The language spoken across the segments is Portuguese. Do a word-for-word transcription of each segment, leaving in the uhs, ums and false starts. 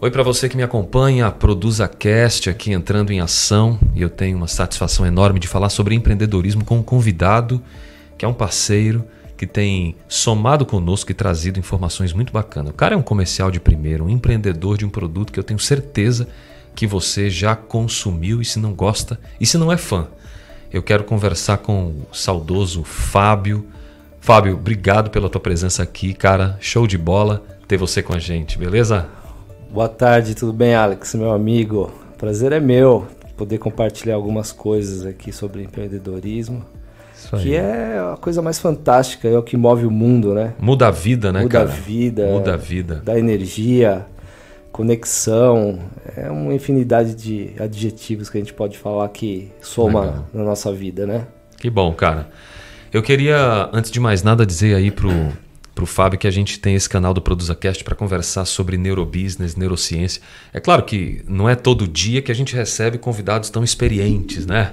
Oi para você que me acompanha, a ProduzaCast aqui entrando em ação, e eu tenho uma satisfação enorme de falar sobre empreendedorismo com um convidado que é um parceiro que tem somado conosco e trazido informações muito bacanas. O cara é um comercial de primeira, um empreendedor de um produto que eu tenho certeza que você já consumiu, e se não gosta, e se não é fã. Eu quero conversar com o saudoso Fábio. Fábio, obrigado pela tua presença aqui, cara. Show de bola ter você com a gente, beleza? Boa tarde, tudo bem, Alex, meu amigo? Prazer é meu poder compartilhar algumas coisas aqui sobre empreendedorismo, Isso que aí. é a coisa mais fantástica, é o que move o mundo, né? Muda a vida, né, Muda cara? Muda a vida. Muda a vida. Dá energia, conexão, é uma infinidade de adjetivos que a gente pode falar que soma Legal. na nossa vida, né? Que bom, cara. Eu queria, antes de mais nada, dizer aí pro... para o Fábio que a gente tem esse canal do ProduzaCast para conversar sobre neurobusiness, neurociência. É claro que não é todo dia que a gente recebe convidados tão experientes, né?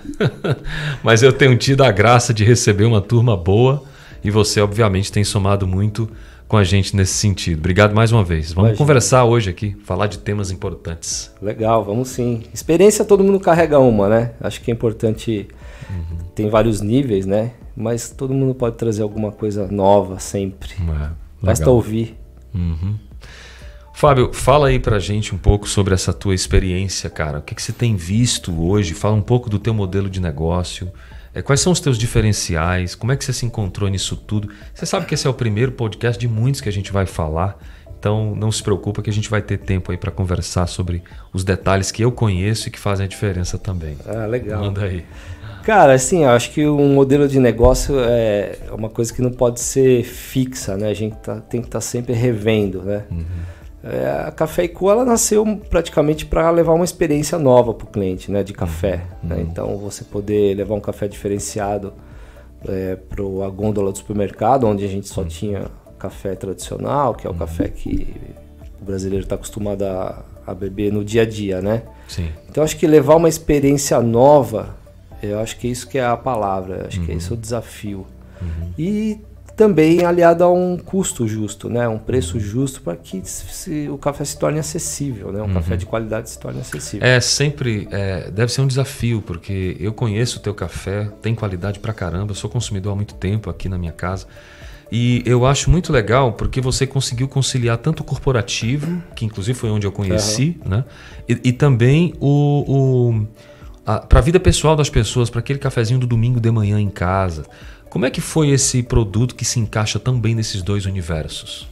Mas eu tenho tido a graça de receber uma turma boa e você, obviamente, tem somado muito com a gente nesse sentido. Obrigado mais uma vez. Vamos Imagina. conversar hoje aqui, falar de temas importantes. Legal, vamos sim. Experiência todo mundo carrega uma, né? Acho que é importante, uhum. tem vários níveis, né? Mas todo mundo pode trazer alguma coisa nova sempre. É, Basta ouvir. Uhum. Fábio, fala aí pra gente um pouco sobre essa tua experiência, cara. O que, que você tem visto hoje? Fala um pouco do teu modelo de negócio. É, quais são os teus diferenciais? Como é que você se encontrou nisso tudo? Você sabe que esse é o primeiro podcast de muitos que a gente vai falar. Então não se preocupa que a gente vai ter tempo aí para conversar sobre os detalhes que eu conheço e que fazem a diferença também. Ah, legal. Manda aí. Cara, assim, eu acho que um modelo de negócio é uma coisa que não pode ser fixa, né? A gente tá, tem que estar tá sempre revendo, né? Uhum. É, a Café e Co, ela nasceu praticamente para levar uma experiência nova para o cliente, né? De café, uhum. né? Então, você poder levar um café diferenciado é, para a gôndola do supermercado, onde a gente só uhum. tinha café tradicional, que é o uhum. café que o brasileiro está acostumado a, a beber no dia a dia, né? Sim. Então, acho que levar uma experiência nova... Eu acho que isso que é a palavra, eu acho uhum. que esse é o desafio. Uhum. E também aliado a um custo justo, né? Um preço uhum. justo para que se, o café se torne acessível, né? Um uhum. café de qualidade se torne acessível. É, sempre, é, deve ser um desafio, porque eu conheço o teu café, tem qualidade pra caramba, eu sou consumidor há muito tempo aqui na minha casa. E eu acho muito legal porque você conseguiu conciliar tanto o corporativo, que inclusive foi onde eu conheci, uhum. né? E, e também o... o para a vida pessoal das pessoas, para aquele cafezinho do domingo de manhã em casa. Como é que foi esse produto que se encaixa tão bem nesses dois universos?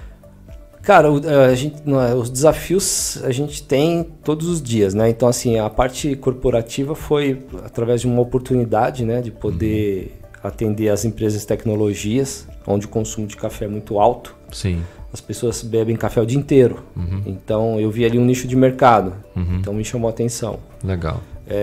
Cara, a gente, os desafios a gente tem todos os dias, né? Então, assim, a parte corporativa foi através de uma oportunidade, né? De poder uhum. atender as empresas de tecnologias, onde o consumo de café é muito alto. Sim. As pessoas bebem café o dia inteiro. Uhum. Então, eu vi ali um nicho de mercado. Uhum. Então, me chamou a atenção. Legal.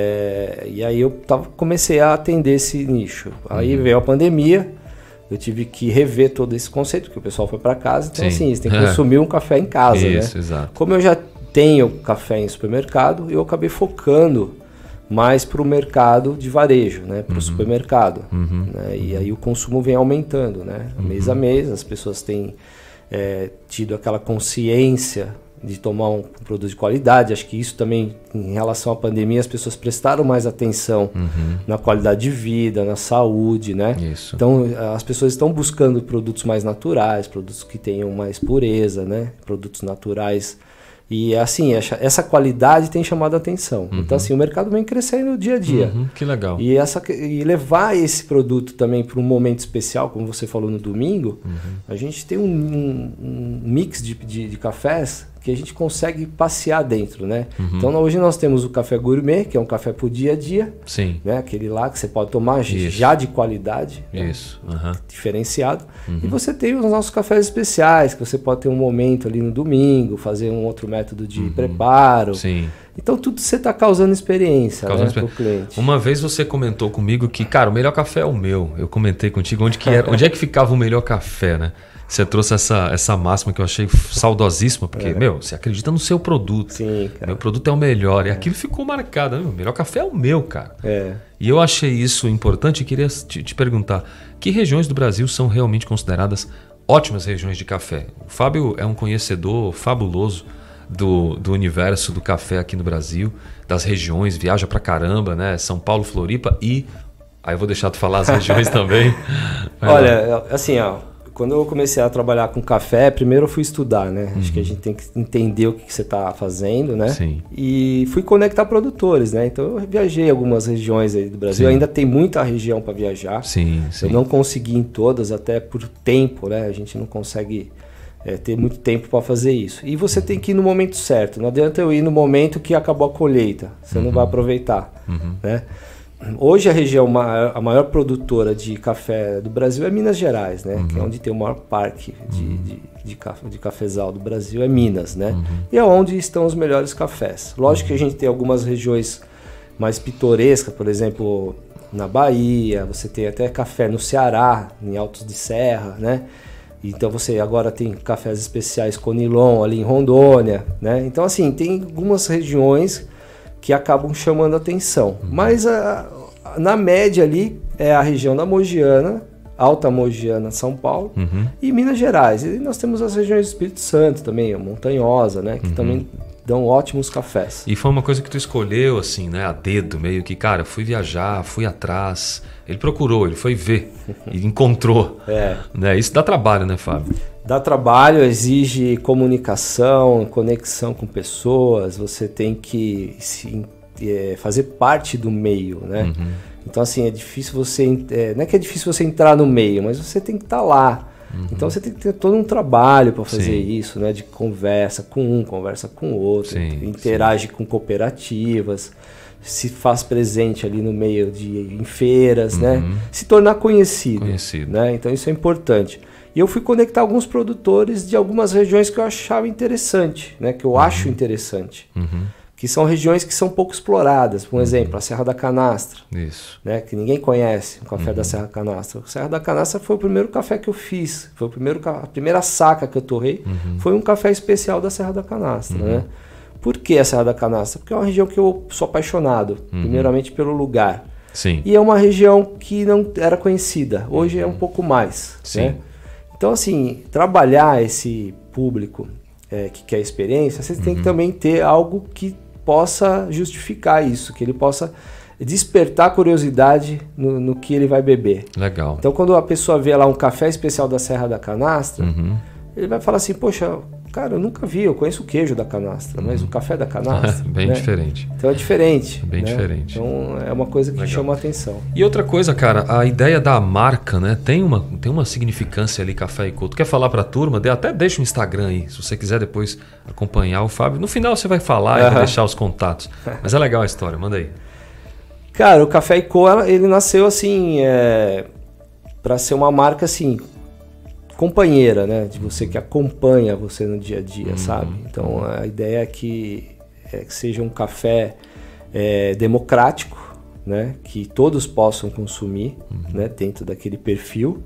É, e aí eu tava, comecei a atender esse nicho. Aí uhum. veio a pandemia, eu tive que rever todo esse conceito, porque o pessoal foi para casa. Então, Sim. assim, você tem que consumir um café em casa, Isso, né? Exato. Como eu já tenho café em supermercado, eu acabei focando mais para o mercado de varejo, né? Para o uhum. supermercado. Uhum. Né? E aí o consumo vem aumentando, né? Uhum. Mês a mês, as pessoas têm é, tido aquela consciência de tomar um produto de qualidade. Acho que isso também, em relação à pandemia, as pessoas prestaram mais atenção uhum. na qualidade de vida, na saúde, né? Isso. Então, as pessoas estão buscando produtos mais naturais, produtos que tenham mais pureza, né? Produtos naturais. E, assim, essa qualidade tem chamado a atenção. Uhum. Então, assim, o mercado vem crescendo dia a dia. Uhum. Que legal. E, essa, e levar esse produto também para um momento especial, como você falou no domingo, uhum. a gente tem um, um, um mix de, de, de cafés que a gente consegue passear dentro, né? Uhum. Então, hoje nós temos o café gourmet, que é um café pro dia a dia. Sim. Né? Aquele lá que você pode tomar Isso. já de qualidade. Isso. Né? Uhum. Diferenciado. Uhum. E você tem os nossos cafés especiais, que você pode ter um momento ali no domingo, fazer um outro método de uhum. preparo. Sim. Então, tudo você está causando experiência, causando né, experi... pro cliente. Uma vez você comentou comigo que, cara, o melhor café é o meu. Eu comentei contigo onde, que era, onde é que ficava o melhor café, né? Você trouxe essa, essa máxima que eu achei saudosíssima, porque, é. meu, você acredita no seu produto. Sim, cara. Meu produto é o melhor. E aquilo ficou marcado. Né? O melhor café é o meu, cara. É. E eu achei isso importante e queria te, te perguntar, que regiões do Brasil são realmente consideradas ótimas regiões de café? O Fábio é um conhecedor fabuloso do, do universo do café aqui no Brasil, das regiões, viaja pra caramba, né? São Paulo, Floripa e... Aí eu vou deixar tu falar as regiões também. Olha, assim, ó, quando eu comecei a trabalhar com café, primeiro eu fui estudar, né? Uhum. Acho que a gente tem que entender o que, que você está fazendo, né? Sim. E fui conectar produtores, né? Então eu viajei algumas regiões aí do Brasil. Sim. Ainda tem muita região para viajar. Sim, sim. Eu não consegui em todas, até por tempo, né? A gente não consegue é, ter muito tempo para fazer isso. E você uhum. tem que ir no momento certo. Não adianta eu ir no momento que acabou a colheita. Você uhum. não vai aproveitar, uhum. né? Hoje a região, a maior produtora de café do Brasil é Minas Gerais, né? Uhum. Que é onde tem o maior parque de, uhum. de, de, café, de cafezal do Brasil, é Minas, né? Uhum. E é onde estão os melhores cafés. Lógico uhum. que a gente tem algumas regiões mais pitorescas, por exemplo, na Bahia, você tem até café no Ceará, em Altos de Serra, né? Então você agora tem cafés especiais Conilon ali em Rondônia, né? Então assim, tem algumas regiões que acabam chamando a atenção. Uhum. Mas a, a, na média ali é a região da Mogiana, Alta Mogiana, São Paulo, uhum. e Minas Gerais. E nós temos as regiões do Espírito Santo também, a Montanhosa, né? Que uhum. também dão ótimos cafés. E foi uma coisa que tu escolheu, assim, né? A dedo, meio que, cara, eu fui viajar, fui atrás. Ele procurou, ele foi ver e encontrou. É. Né? Isso dá trabalho, né, Fábio? Dá trabalho, exige comunicação, conexão com pessoas, você tem que se, é, fazer parte do meio, né? Uhum. Então, assim, é difícil você... É, não é que é difícil você entrar no meio, mas você tem que estar lá. Uhum. Então, você tem que ter todo um trabalho para fazer sim. isso, né? De conversa com um, conversa com o outro, sim, interage sim. com cooperativas, se faz presente ali no meio de em feiras, uhum. né? Se tornar conhecido, conhecido. Né? Então, isso é importante. E eu fui conectar alguns produtores de algumas regiões que eu achava interessante, né? Que eu uhum. acho interessante. Uhum. Que são regiões que são pouco exploradas. Por uhum. exemplo, a Serra da Canastra. Isso. Né? Que ninguém conhece o café uhum. da Serra da Canastra. O Serra da Canastra foi o primeiro café que eu fiz. Foi o primeiro, a primeira saca que eu torrei. Uhum. Foi um café especial da Serra da Canastra. Uhum. Né? Por que a Serra da Canastra? Porque é uma região que eu sou apaixonado. Uhum. Primeiramente pelo lugar. Sim. E é uma região que não era conhecida. Hoje é um pouco mais. Sim. Né? Então, assim, trabalhar esse público é, que quer experiência, você uhum. tem que também ter algo que possa justificar isso, que ele possa despertar curiosidade no, no que ele vai beber. Legal. Então, quando a pessoa vê lá um café especial da Serra da Canastra, uhum. ele vai falar assim, poxa... Cara, eu nunca vi, eu conheço o queijo da canastra, mas o café da canastra... Bem né? diferente. Então é diferente. Bem né? diferente. Então é uma coisa que Legal. chama a atenção. E outra coisa, cara, a ideia da marca, né? Tem uma, tem uma significância ali, Café e Co. Tu quer falar pra turma? Até deixa o Instagram aí, se você quiser depois acompanhar o Fábio. No final você vai falar uhum. e vai deixar os contatos. Mas é legal a história, manda aí. Cara, o Café e Co, ele nasceu assim, é, pra ser uma marca assim... companheira, né? De você que acompanha você no dia a dia, uhum. sabe? Então a ideia é que, é que seja um café é, democrático, né? Que todos possam consumir, uhum. né? Dentro daquele perfil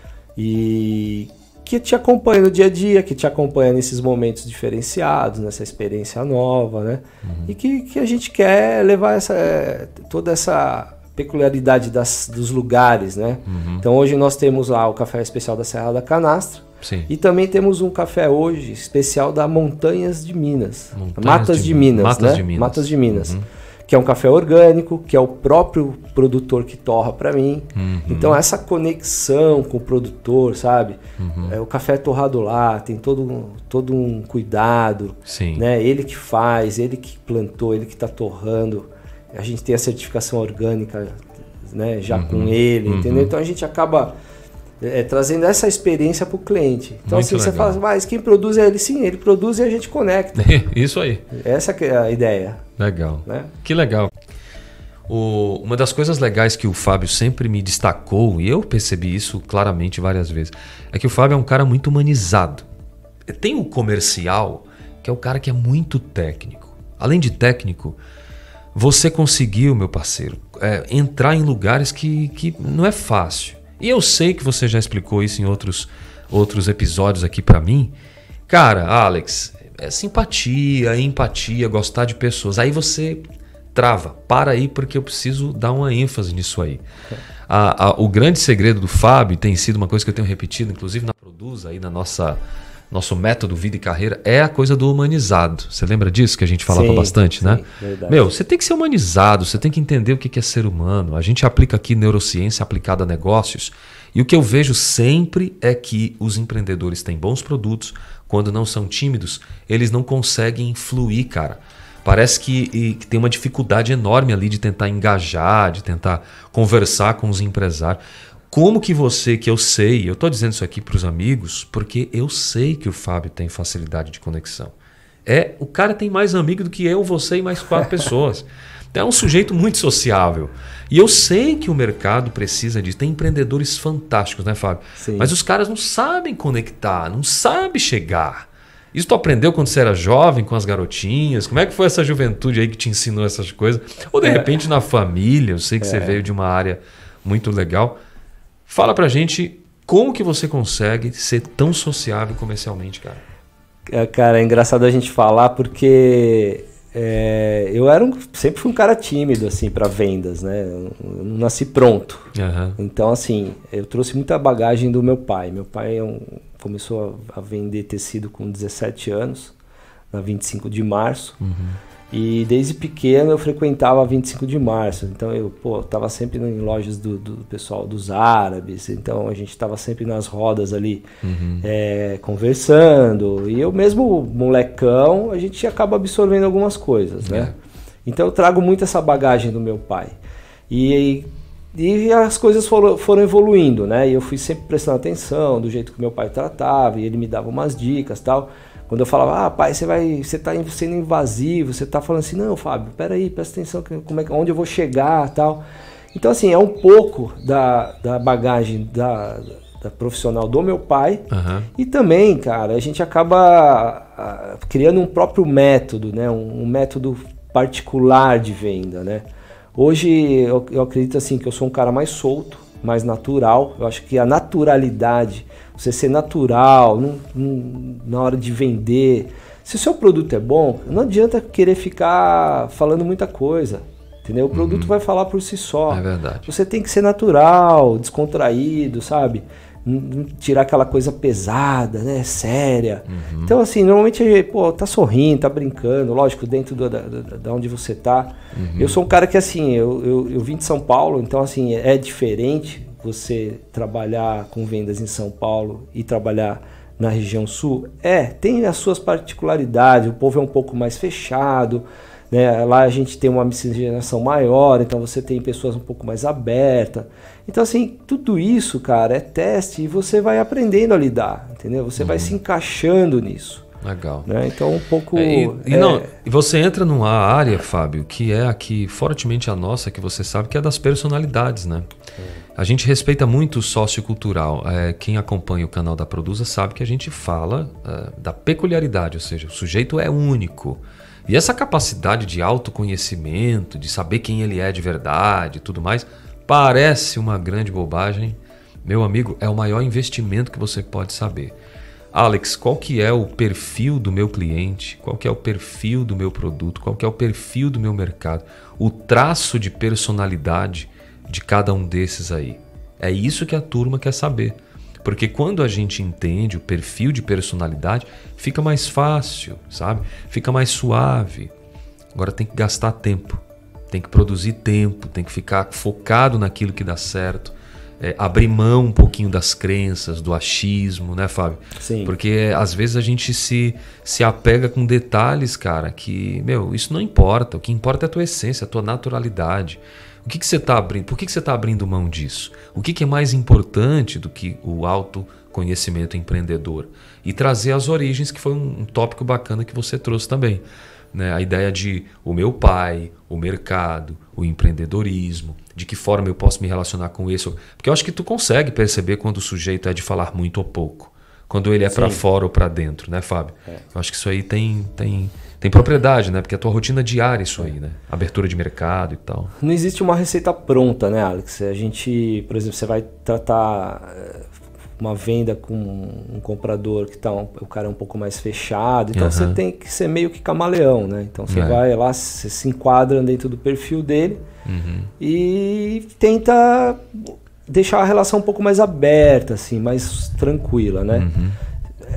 e que te acompanha no dia a dia, que te acompanha nesses momentos diferenciados, nessa experiência nova, né? Uhum. E que, que a gente quer levar essa, toda essa peculiaridade das, dos lugares, né? Uhum. Então hoje nós temos lá o café especial da Serra da Canastra. Sim. E também temos um café hoje especial da Montanhas de Minas. Montanhas Matas de, de Minas, Matas né? de Minas. Matas de Minas. Uhum. Que é um café orgânico, que é o próprio produtor que torra para mim. Uhum. Então essa conexão com o produtor, sabe? Uhum. É, o café é torrado lá, tem todo, todo um cuidado. Sim. Né? Ele que faz, ele que plantou, ele que está torrando. A gente tem a certificação orgânica, né, já uhum, com ele, uhum. entendeu? Então a gente acaba é, trazendo essa experiência para o cliente. Então Muito assim, legal. você fala, mas quem produz é ele? Sim, ele produz e a gente conecta. Isso aí. Essa é a ideia. Legal. Né? Que legal. O, uma das coisas legais que o Fábio sempre me destacou, e eu percebi isso claramente várias vezes, é que o Fábio é um cara muito humanizado. Tem o comercial, que é o cara que é muito técnico. Além de técnico... Você conseguiu, meu parceiro, é, entrar em lugares que, que não é fácil. E eu sei que você já explicou isso em outros, outros episódios aqui pra mim. Cara, Alex, é simpatia, empatia, gostar de pessoas. Aí você trava, para aí porque eu preciso dar uma ênfase nisso aí. A, a, o grande segredo do Fábio tem sido uma coisa que eu tenho repetido, inclusive na Produza, aí na nossa... nosso método vida e carreira, é a coisa do humanizado. Você lembra disso que a gente falava sim, bastante, sim, né? Verdade. Meu, você tem que ser humanizado, você tem que entender o que é ser humano. A gente aplica aqui neurociência aplicada a negócios. E o que eu vejo sempre é que os empreendedores têm bons produtos, quando não são tímidos, eles não conseguem influir, cara. Parece que, e, que tem uma dificuldade enorme ali de tentar engajar, de tentar conversar com os empresários. Como que você, que eu sei, eu estou dizendo isso aqui para os amigos, porque eu sei que o Fábio tem facilidade de conexão. É, o cara tem mais amigo do que eu, você e mais quatro pessoas. É um sujeito muito sociável. E eu sei que o mercado precisa disso. Tem empreendedores fantásticos, né, Fábio? Sim. Mas os caras não sabem conectar, não sabem chegar. Isso tu aprendeu quando você era jovem, com as garotinhas? Como é que foi essa juventude aí que te ensinou essas coisas? Ou de é. repente na família, eu sei que é. você veio de uma área muito legal. Fala pra gente como que você consegue ser tão sociável comercialmente, cara. É, cara, é engraçado a gente falar porque é, eu era um, sempre fui um cara tímido assim para vendas, né? Eu não nasci pronto. Uhum. Então assim, eu trouxe muita bagagem do meu pai. Meu pai é um, começou a, a vender tecido com dezessete anos, na vinte e cinco de março. Uhum. E desde pequeno eu frequentava a vinte e cinco de março, então eu pô, tava sempre em lojas do, do pessoal dos árabes, então a gente estava sempre nas rodas ali uhum. é, conversando, e eu mesmo molecão, a gente acaba absorvendo algumas coisas, né? É. Então eu trago muito essa bagagem do meu pai. E, e as coisas foram, foram evoluindo, né? E eu fui sempre prestando atenção do jeito que meu pai tratava, e ele me dava umas dicas e tal. Quando eu falava, ah, pai, você vai, você tá sendo invasivo, você tá falando assim, não, Fábio, peraí, presta atenção, como é, onde eu vou chegar e tal. Então, assim, é um pouco da, da bagagem da, da profissional do meu pai. Uhum. E também, cara, a gente acaba a, criando um próprio método, né? Um, um método particular de venda, né? Hoje, eu, eu acredito, assim, que eu sou um cara mais solto, mais natural. Eu acho que a naturalidade... Você ser natural, não, não, na hora de vender. Se o seu produto é bom, não adianta querer ficar falando muita coisa, entendeu? O produto uhum. vai falar por si só. É verdade. Você tem que ser natural, descontraído, sabe? Não tirar aquela coisa pesada, né? Séria. Uhum. Então, assim, normalmente, pô, tá sorrindo, tá brincando, lógico, dentro do, da, da, da onde você tá. Uhum. Eu sou um cara que, assim, eu, eu, eu vim de São Paulo, então, assim, é diferente você trabalhar com vendas em São Paulo e trabalhar na região sul. É, tem as suas particularidades, o povo é um pouco mais fechado, né? Lá a gente tem uma miscigenação maior, então você tem pessoas um pouco mais abertas. Então, assim, tudo isso, cara, é teste e você vai aprendendo a lidar, entendeu? Você uhum. vai se encaixando nisso. Legal. Né? Então, um pouco... É, e, e, é... não, e você entra numa área, Fábio, que é aqui fortemente a nossa, que você sabe, que é das personalidades, né? É. A gente respeita muito o sociocultural. É, quem acompanha o canal da Produza sabe que a gente fala é, da peculiaridade, ou seja, o sujeito é único. E essa capacidade de autoconhecimento, de saber quem ele é de verdade e tudo mais, parece uma grande bobagem. Meu amigo, é o maior investimento que você pode saber. Alex, qual que é o perfil do meu cliente? Qual que é o perfil do meu produto? Qual que é o perfil do meu mercado? O traço de personalidade de cada um desses aí. É isso que a turma quer saber. Porque quando a gente entende o perfil de personalidade, fica mais fácil, sabe? Fica mais suave. Agora tem que gastar tempo, tem que produzir tempo, tem que ficar focado naquilo que dá certo. É, abrir mão um pouquinho das crenças, do achismo, né, Fábio? Sim. Porque às vezes a gente se, se apega com detalhes, cara, que, meu, isso não importa. O que importa é a tua essência, a tua naturalidade. O que, que você está abrindo? Por que, que você está abrindo mão disso? O que, que é mais importante do que o autoconhecimento empreendedor? E trazer as origens, que foi um, um tópico bacana que você trouxe também. Né? A ideia de o meu pai, o mercado, o empreendedorismo, de que forma eu posso me relacionar com isso. Porque eu acho que tu consegue perceber quando o sujeito é de falar muito ou pouco. Quando ele é para fora ou para dentro, né, Fábio? É. Eu acho que isso aí tem... tem Tem propriedade, né? Porque é a tua rotina diária isso aí, né? Abertura de mercado e tal. Não existe uma receita pronta, né, Alex? A gente, por exemplo, você vai tratar uma venda com um comprador que tá um, o cara é um pouco mais fechado, então uhum. você tem que ser meio que camaleão, né? Então você é. vai lá, você se enquadra dentro do perfil dele uhum. e tenta deixar a relação um pouco mais aberta, assim, mais tranquila, né? Uhum.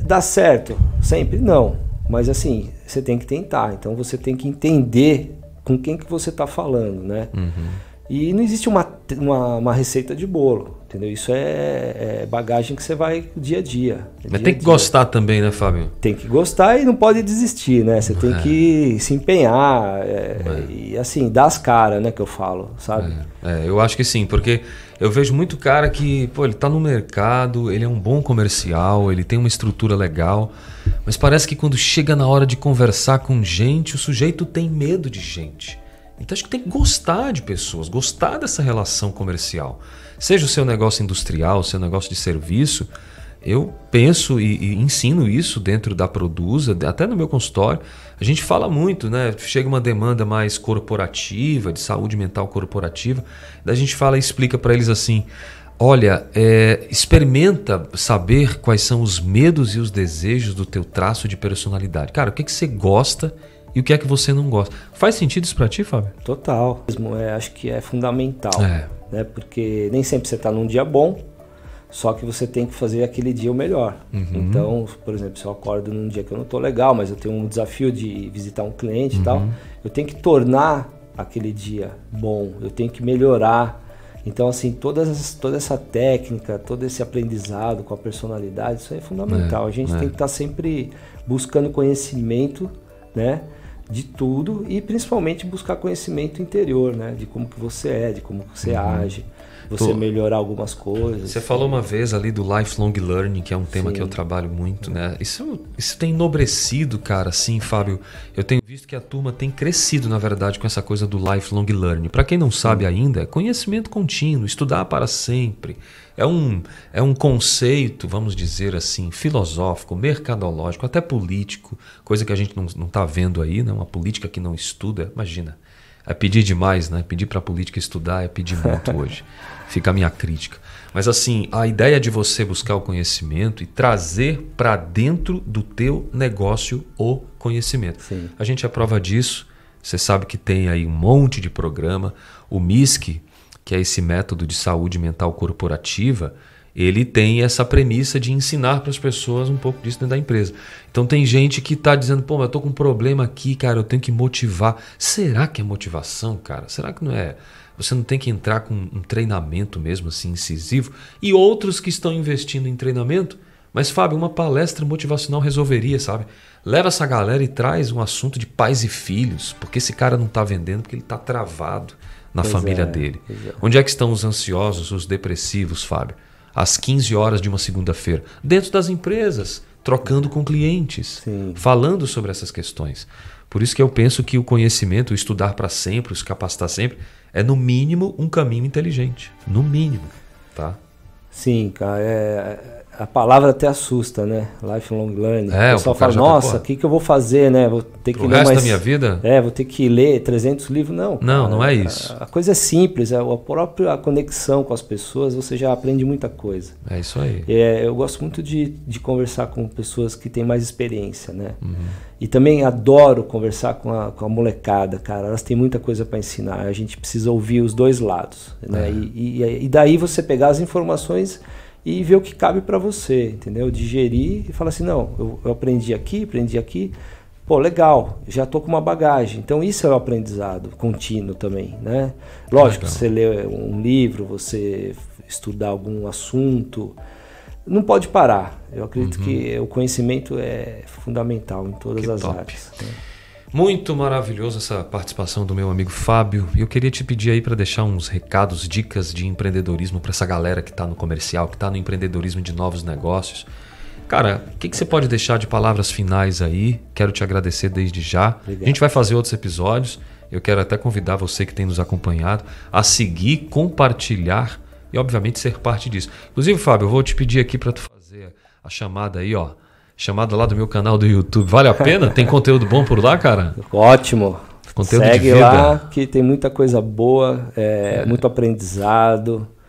dá certo? Sempre não. Mas assim, você tem que tentar. Então você tem que entender com quem que você está falando, né? Uhum. E não existe uma, uma, uma receita de bolo, entendeu? Isso é, é bagagem que você vai dia a dia. Mas dia tem que dia. gostar também, né, Fábio? Tem que gostar e não pode desistir, né? Você tem é. que se empenhar é, é. e assim, dar as caras, né, que eu falo, sabe? É. É, eu acho que sim, porque eu vejo muito cara que, pô, ele tá no mercado, ele é um bom comercial, ele tem uma estrutura legal, mas parece que quando chega na hora de conversar com gente, o sujeito tem medo de gente. Então acho que tem que gostar de pessoas, gostar dessa relação comercial. Seja o seu negócio industrial, o seu negócio de serviço, eu penso e, e ensino isso dentro da Produza, até no meu consultório. A gente fala muito, né? Chega uma demanda mais corporativa, de saúde mental corporativa, daí a gente fala e explica para eles assim, olha, é, experimenta saber quais são os medos e os desejos do teu traço de personalidade. Cara, o que, é que você gosta e o que é que você não gosta? Faz sentido isso pra ti, Fábio? Total. É, acho que é fundamental. É. Né? Porque nem sempre você tá num dia bom, só que você tem que fazer aquele dia o melhor. Uhum. Então, por exemplo, se eu acordo num dia que eu não tô legal, mas eu tenho um desafio de visitar um cliente uhum. e tal, eu tenho que tornar aquele dia bom, eu tenho que melhorar. Então, assim, todas, toda essa técnica, todo esse aprendizado com a personalidade, isso é fundamental. É, a gente é. tem que estar tá sempre buscando conhecimento, né? De tudo e principalmente buscar conhecimento interior, né? De como que você é, de como que você uhum. age, você Tô... melhorar algumas coisas. Você falou uma vez ali do lifelong learning, que é um tema Sim. que eu trabalho muito, né? Isso, isso tem enobrecido, cara, assim, Fábio. Eu tenho visto que a turma tem crescido, na verdade, com essa coisa do lifelong learning. Para quem não sabe Sim. ainda, é conhecimento contínuo, estudar para sempre. É um, é um conceito, vamos dizer assim, filosófico, mercadológico, até político, coisa que a gente não está vendo aí, né? Uma política que não estuda, imagina. É pedir demais, né? Pedir para a política estudar é pedir muito hoje. Fica a minha crítica. Mas assim, a ideia de você buscar o conhecimento e trazer para dentro do teu negócio o conhecimento. Sim. A gente é prova disso. Você sabe que tem aí um monte de programa. O M I S C, que é esse método de saúde mental corporativa, ele tem essa premissa de ensinar para as pessoas um pouco disso dentro da empresa. Então tem gente que está dizendo, pô, mas eu estou com um problema aqui, cara, eu tenho que motivar. Será que é motivação, cara? Será que não é? Você não tem que entrar com um treinamento mesmo assim incisivo? E outros que estão investindo em treinamento, mas Fábio, uma palestra motivacional resolveria, sabe? Leva essa galera e traz um assunto de pais e filhos, porque esse cara não está vendendo, porque ele está travado na pois família é, dele. É. Onde é que estão os ansiosos, os depressivos, Fábio? Às quinze horas de uma segunda-feira, dentro das empresas, trocando com clientes, Sim. falando sobre essas questões. Por isso que eu penso que o conhecimento, o estudar para sempre, o se capacitar sempre, é no mínimo um caminho inteligente. No mínimo, tá? Sim, cara, é... A palavra até assusta, né? Lifelong learning. É, o pessoal fala, nossa, o que, que eu vou fazer, né? Vou ter que Pro ler resto mais... da minha vida? É, vou ter que ler trezentos livros. Não, Não, cara, não é isso. A, a coisa é simples, a, a própria conexão com as pessoas, você já aprende muita coisa. É isso aí. É, eu gosto muito de, de conversar com pessoas que têm mais experiência, né? Uhum. E também adoro conversar com a, com a molecada, cara. Elas têm muita coisa para ensinar. A gente precisa ouvir os dois lados, né? É. E, e, e daí você pegar as informações e ver o que cabe para você, entendeu? Digerir e falar assim, não, eu, eu aprendi aqui, aprendi aqui, pô, legal, já tô com uma bagagem. Então isso é o aprendizado contínuo também, né? Lógico, legal. Você lê um livro, você estudar algum assunto, não pode parar. Eu acredito uhum. que o conhecimento é fundamental em todas que as top. áreas. Né? Muito maravilhoso essa participação do meu amigo Fábio. E eu queria te pedir aí para deixar uns recados, dicas de empreendedorismo para essa galera que está no comercial, que está no empreendedorismo de novos negócios. Cara, o que, que você pode deixar de palavras finais aí? Quero te agradecer desde já. Obrigado. A gente vai fazer outros episódios. Eu quero até convidar você que tem nos acompanhado a seguir, compartilhar e, obviamente, ser parte disso. Inclusive, Fábio, eu vou te pedir aqui para tu fazer a chamada aí, ó. Chamada lá do meu canal do YouTube. Vale a pena? Tem conteúdo bom por lá, cara? Ótimo. Conteúdo Segue de vida. lá que tem muita coisa boa, é, é. muito aprendizado.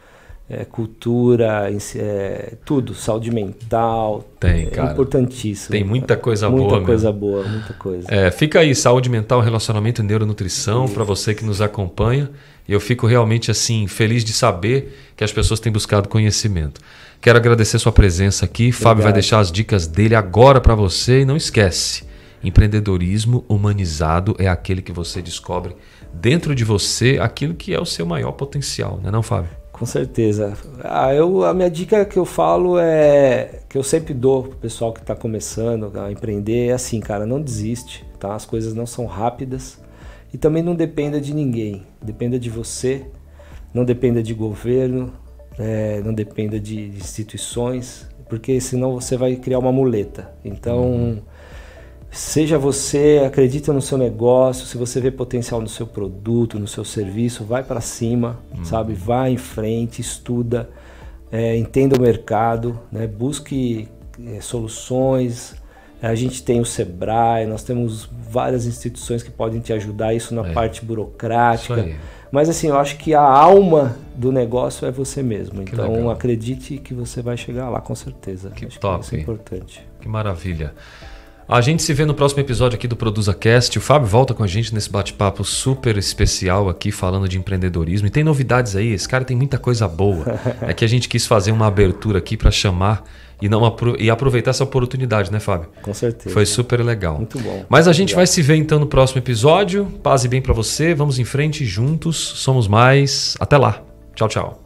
é, cultura, é, tudo, saúde mental. Tem, é cara. Importantíssimo. Tem muita coisa muita boa Muita coisa mesmo. boa, muita coisa. É, fica aí, saúde mental, relacionamento e neuronutrição, para você que nos acompanha. E eu fico realmente assim feliz de saber que as pessoas têm buscado conhecimento. Quero agradecer sua presença aqui. Obrigado. Fábio vai deixar as dicas dele agora para você. E não esquece, empreendedorismo humanizado é aquele que você descobre dentro de você aquilo que é o seu maior potencial, não é não, Fábio? Com certeza. Ah, eu, a minha dica que eu falo é que eu sempre dou pro pessoal que está começando a empreender é assim, cara, não desiste, tá? As coisas não são rápidas e também não dependa de ninguém, dependa de você, não dependa de governo, é, não dependa de instituições, porque senão você vai criar uma muleta. Então, uhum. Seja você, acredita no seu negócio, se você vê potencial no seu produto, no seu serviço, vai para cima, uhum. sabe? Vai em frente, estuda, é, entenda o mercado, né? Busque é, soluções. A gente tem o Sebrae, nós temos várias instituições que podem te ajudar, isso na é. parte burocrática. Isso aí. Mas assim, eu acho que a alma do negócio é você mesmo. Que então legal. Acredite que você vai chegar lá, com certeza. Que acho top. Que isso é importante. Que maravilha. A gente se vê no próximo episódio aqui do Produza Cast. O Fábio volta com a gente nesse bate-papo super especial aqui, falando de empreendedorismo. E tem novidades aí, esse cara tem muita coisa boa. É que a gente quis fazer uma abertura aqui para chamar e, não, e aproveitar essa oportunidade, né, Fábio? Com certeza. Foi super legal. Muito bom. Mas a gente Obrigado. vai se ver então no próximo episódio. Paz e bem para você. Vamos em frente, juntos. Somos mais. Até lá. Tchau, tchau.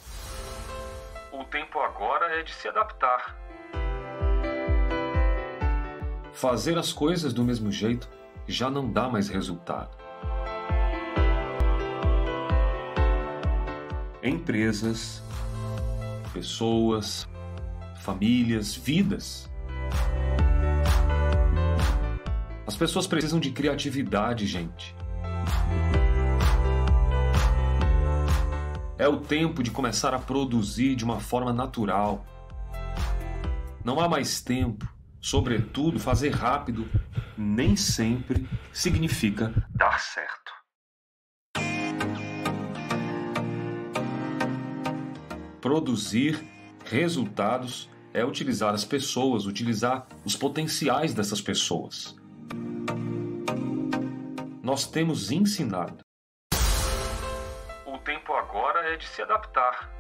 O tempo agora é de se adaptar. Fazer as coisas do mesmo jeito já não dá mais resultado. Empresas, pessoas, famílias, vidas. As pessoas precisam de criatividade, gente. É o tempo de começar a produzir de uma forma natural. Não há mais tempo. Sobretudo, fazer rápido nem sempre significa dar certo. Produzir resultados é utilizar as pessoas, utilizar os potenciais dessas pessoas. Nós temos ensinado. O tempo agora é de se adaptar.